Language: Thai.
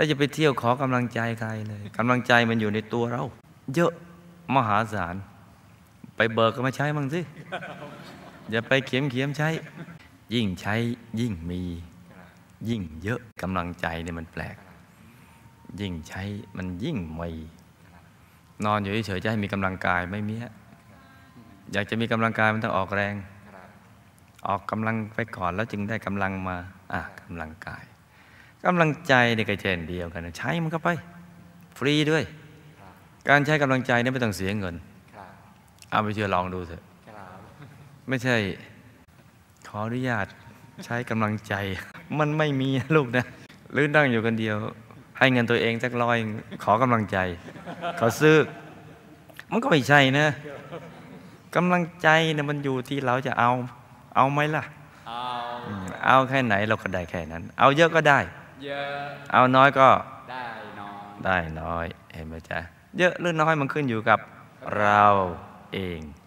แล้วจะไปเที่ยวขอกำลังใจใครเลยกำลังใจมันอยู่ในตัวเราเยอะมหาศาลไปเบิกก็มาใช้มั่งสิอย่าไปเขียมใช้ยิ่งใช้ยิ่งมียิ่งเยอะกำลังใจเนี่ยมันแปลกยิ่งใช้มันยิ่งมีนอนอยู่เฉยๆจะให้มีกำลังกายไม่มีอยากจะมีกำลังกายมันต้องออกแรงออกกำลังไปก่อนแล้วจึงได้กำลังมากำลังกายกำลังใจเนี่ยก็เช่นเดียวกันใช้มันก็ไปฟรีด้วยการใช้กำลังใจเนี่ยไม่ต้องเสียเงินเอาไปเชื่อลองดูเถอะไม่ใช่ขออนุญาตใช้กำลังใจมันไม่มีลูกนะหรือนั่งอยู่คนเดียวให้เงินตัวเองสัก100ขอกำลังใจเขาซื้อมันก็ไม่ใช่นะกำลังใจเนี่ยมันอยู่ที่เราจะเอาไหมล่ะเอาแค่ไหนเราก็ได้แค่นั้นเอาเยอะก็ได้เยอะเอาน้อยก็ได้น้อยเห็นไหมจ๊ะเยอะหรือน้อยมันขึ้นอยู่กับเราเอง